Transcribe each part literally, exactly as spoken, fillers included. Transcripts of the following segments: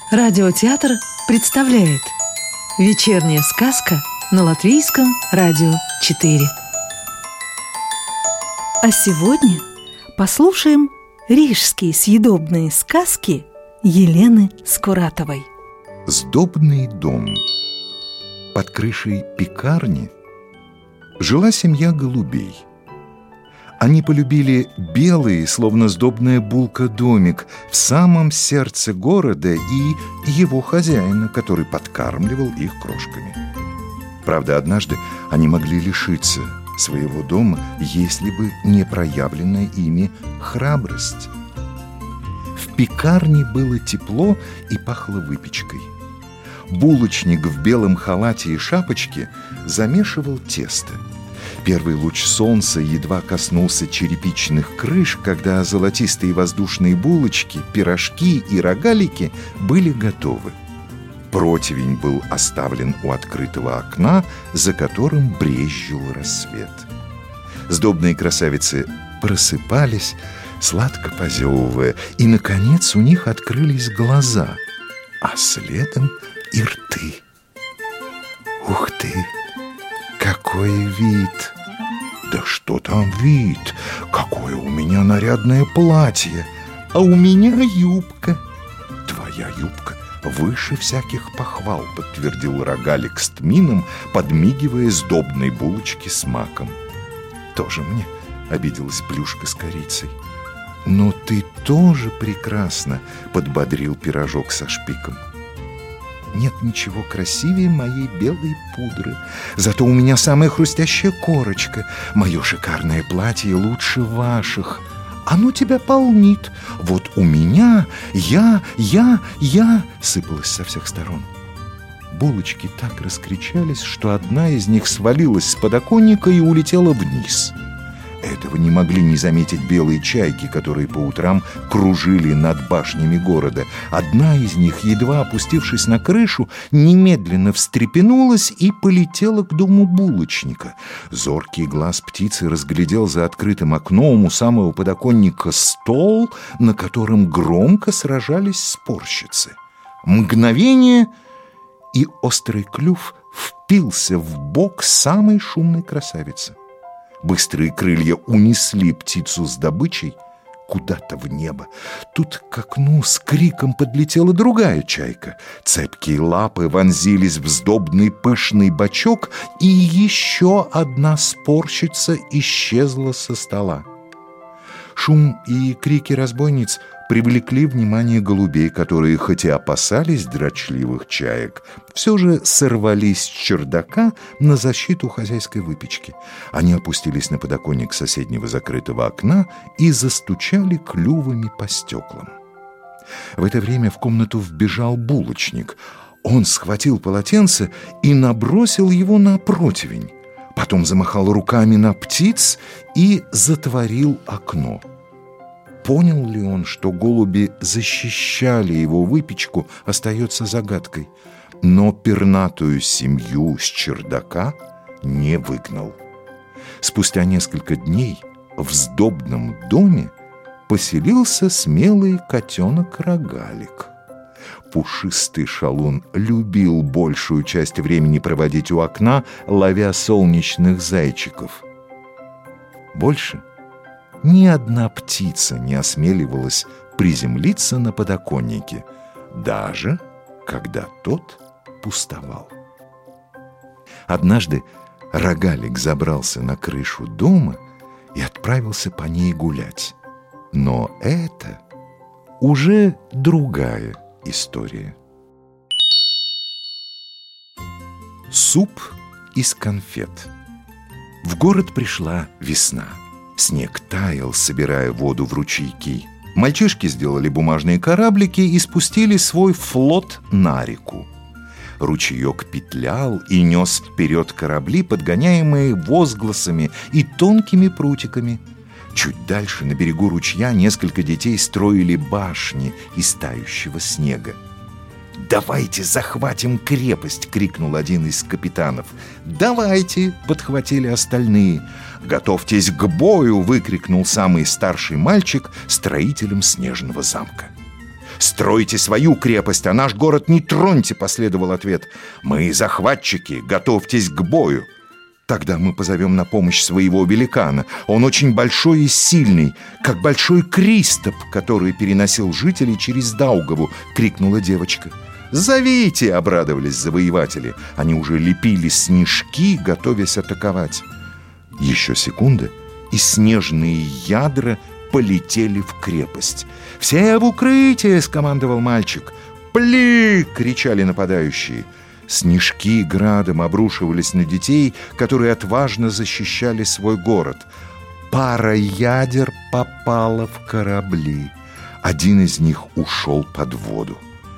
Радиотеатр представляет «Вечерняя сказка» на Латвийском радио четыре. А сегодня послушаем рижские съедобные сказки Елены Скуратовой. Сдобный дом. Под крышей пекарни жила семья голубей. Они полюбили белый, словно сдобная булка, домик в самом сердце города и его хозяина, который подкармливал их крошками. Правда, однажды они могли лишиться своего дома, если бы не проявленная ими храбрость. В пекарне было тепло и пахло выпечкой. Булочник в белом халате и шапочке замешивал тесто. Первый луч солнца едва коснулся черепичных крыш, когда золотистые воздушные булочки, пирожки и рогалики были готовы. Противень был оставлен у открытого окна, за которым брезжил рассвет. Сдобные красавицы просыпались, сладко позевывая, и, наконец, у них открылись глаза, а следом и рты. Ух ты! Какой вид! Да что там вид? Какое у меня нарядное платье! А у меня юбка! Твоя юбка выше всяких похвал, подтвердил рогалик с тмином, подмигивая сдобной булочке с маком. Тоже мне, обиделась плюшка с корицей. Но ты тоже прекрасна, подбодрил пирожок со шпиком. Нет ничего красивее моей белой пудры. Зато у меня самая хрустящая корочка. Мое шикарное платье лучше ваших. Оно тебя полнит. Вот у меня я, я, я сыпалось со всех сторон. Булочки так раскричались, что одна из них свалилась с подоконника и улетела вниз. Этого не могли не заметить белые чайки, которые по утрам кружили над башнями города. Одна из них, едва опустившись на крышу, немедленно встрепенулась и полетела к дому булочника. Зоркий глаз птицы разглядел за открытым окном у самого подоконника стол, на котором громко сражались спорщицы. Мгновение, и острый клюв впился в бок самой шумной красавицы. Быстрые крылья унесли птицу с добычей куда-то в небо. Тут к окну с криком подлетела другая чайка. Цепкие лапы вонзились в сдобный пышный бочок, и еще одна спорщица исчезла со стола. Шум и крики разбойниц привлекли внимание голубей, которые, хоть и опасались дрочливых чаек, все же сорвались с чердака на защиту хозяйской выпечки. Они опустились на подоконник соседнего закрытого окна и застучали клювами по стеклам. В это время в комнату вбежал булочник. Он схватил полотенце и набросил его на противень. Потом замахал руками на птиц и затворил окно. Понял ли он, что голуби защищали его выпечку, остается загадкой. Но пернатую семью с чердака не выгнал. Спустя несколько дней в сдобном доме поселился смелый котенок-рогалик. Пушистый шалун любил большую часть времени проводить у окна, ловя солнечных зайчиков. Больше ни одна птица не осмеливалась приземлиться на подоконнике, даже когда тот пустовал. Однажды рогалик забрался на крышу дома и отправился по ней гулять. Но это уже другая история. Суп из конфет. В город пришла весна. Снег таял, собирая воду в ручейки. Мальчишки сделали бумажные кораблики и спустили свой флот на реку. Ручеек петлял и нес вперед корабли, подгоняемые возгласами и тонкими прутиками. Чуть дальше, на берегу ручья, несколько детей строили башни из тающего снега. «Давайте захватим крепость!» — крикнул один из капитанов. «Давайте!» — подхватили остальные. «Готовьтесь к бою!» — выкрикнул самый старший мальчик строителем снежного замка. «Стройте свою крепость, а наш город не троньте», — последовал ответ. «Мы захватчики, готовьтесь к бою». «Тогда мы позовем на помощь своего великана. Он очень большой и сильный, как большой Кристоп, который переносил жителей через Даугаву», — крикнула девочка. «Зовите!» — обрадовались завоеватели. Они уже лепили снежки, готовясь атаковать. Еще секунда, и снежные ядра полетели в крепость. «Все в укрытие!» — скомандовал мальчик. «Пли!» — кричали нападающие. Снежки градом обрушивались на детей, которые отважно защищали свой город. Пара ядер попала в корабли. Один из них ушел под воду.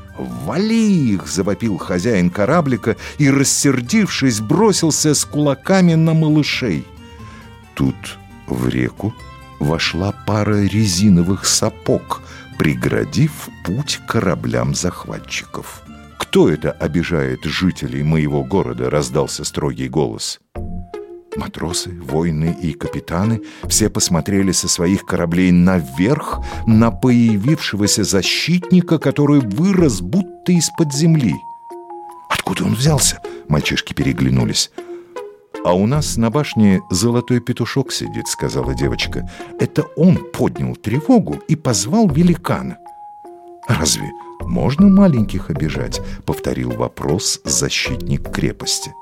«Вали их!» — завопил хозяин кораблика и, рассердившись, бросился с кулаками на малышей. Тут в реку вошла пара резиновых сапог, преградив путь кораблям захватчиков. «Кто это обижает жителей моего города?» — раздался строгий голос. Матросы, воины и капитаны все посмотрели со своих кораблей наверх на появившегося защитника, который вырос будто из-под земли. «Откуда он взялся?» — мальчишки переглянулись. «А у нас на башне золотой петушок сидит», — сказала девочка. «Это он поднял тревогу и позвал великана». «Разве можно маленьких обижать?» — повторил вопрос защитник крепости.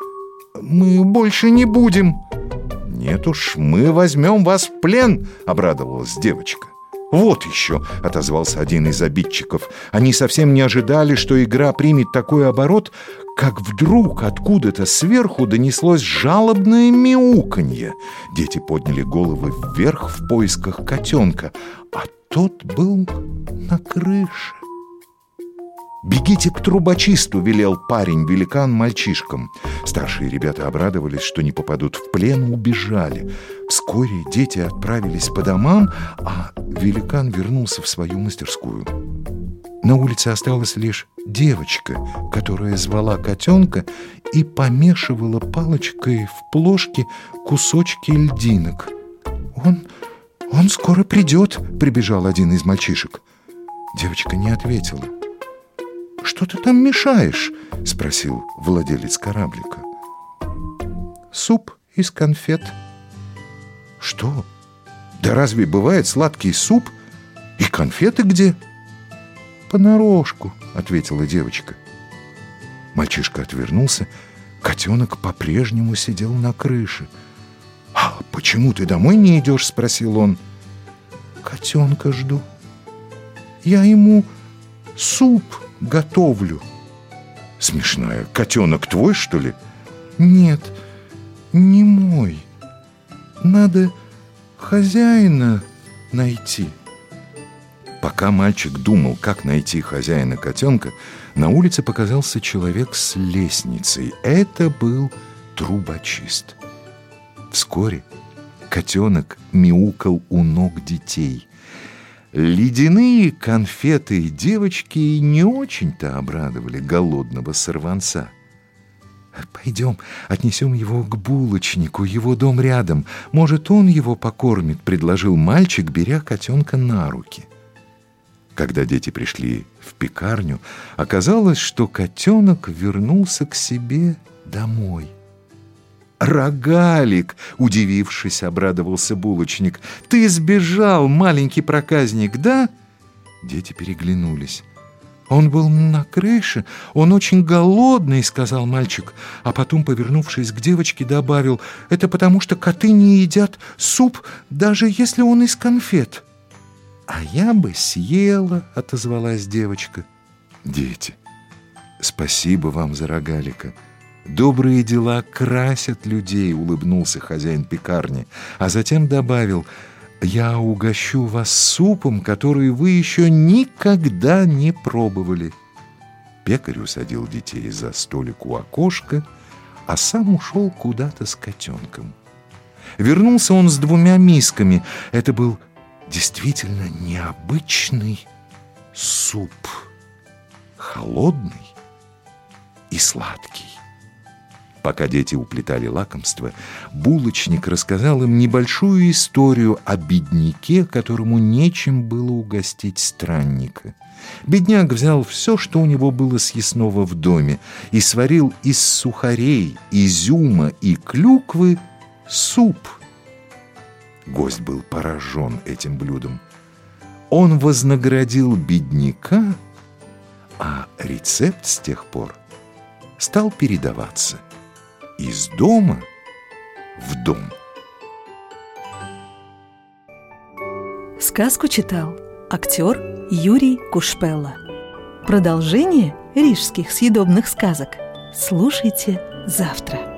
«Мы больше не будем». «Нет уж, мы возьмем вас в плен», — обрадовалась девочка. «Вот еще», — отозвался один из обидчиков. Они совсем не ожидали, что игра примет такой оборот, как вдруг откуда-то сверху донеслось жалобное мяуканье. Дети подняли головы вверх в поисках котенка, а тот был на крыше. «Бегите к трубочисту», — велел парень-великан мальчишкам. Старшие ребята обрадовались, что не попадут в плен, и убежали. Вскоре дети отправились по домам, а великан вернулся в свою мастерскую. На улице осталась лишь девочка, которая звала котенка и помешивала палочкой в плошке кусочки льдинок. «Он, он скоро придет», — прибежал один из мальчишек. Девочка не ответила. «Что ты там мешаешь?» — спросил владелец кораблика. «Суп из конфет». «Что? Да разве бывает сладкий суп? И конфеты где?» «Понарошку», — ответила девочка. Мальчишка отвернулся. Котенок по-прежнему сидел на крыше. «А почему ты домой не идешь?» — спросил он. «Котенка жду. Я ему суп готовлю». «Смешная. Котенок твой, что ли?» «Нет, не мой. Надо хозяина найти». Пока мальчик думал, как найти хозяина котенка, на улице показался человек с лестницей. Это был трубочист. Вскоре котенок мяукал у ног детей. Ледяные конфеты девочки не очень-то обрадовали голодного сорванца. «Пойдем, отнесем его к булочнику, его дом рядом. Может, он его покормит», — предложил мальчик, беря котенка на руки. Когда дети пришли в пекарню, оказалось, что котенок вернулся к себе домой. «Рогалик!» — удивившись, обрадовался булочник. «Ты сбежал, маленький проказник, да?» Дети переглянулись. «Он был на крыше, он очень голодный», — сказал мальчик, а потом, повернувшись к девочке, добавил: «Это потому, что коты не едят суп, даже если он из конфет». «А я бы съела», — отозвалась девочка. «Дети, спасибо вам за рогалика. Добрые дела красят людей», — улыбнулся хозяин пекарни, а затем добавил: «Я угощу вас супом, который вы еще никогда не пробовали». Пекарь усадил детей за столик у окошка, а сам ушел куда-то с котенком. Вернулся он с двумя мисками. Это был действительно необычный суп, холодный и сладкий. Пока дети уплетали лакомство, булочник рассказал им небольшую историю о бедняке, которому нечем было угостить странника. Бедняк взял все, что у него было съестного в доме, и сварил из сухарей, изюма и клюквы суп. Гость был поражен этим блюдом. Он вознаградил бедняка, а рецепт с тех пор стал передаваться из дома в дом. Сказку читал актер Юрий Кушпелла. Продолжение рижских съедобных сказок слушайте завтра.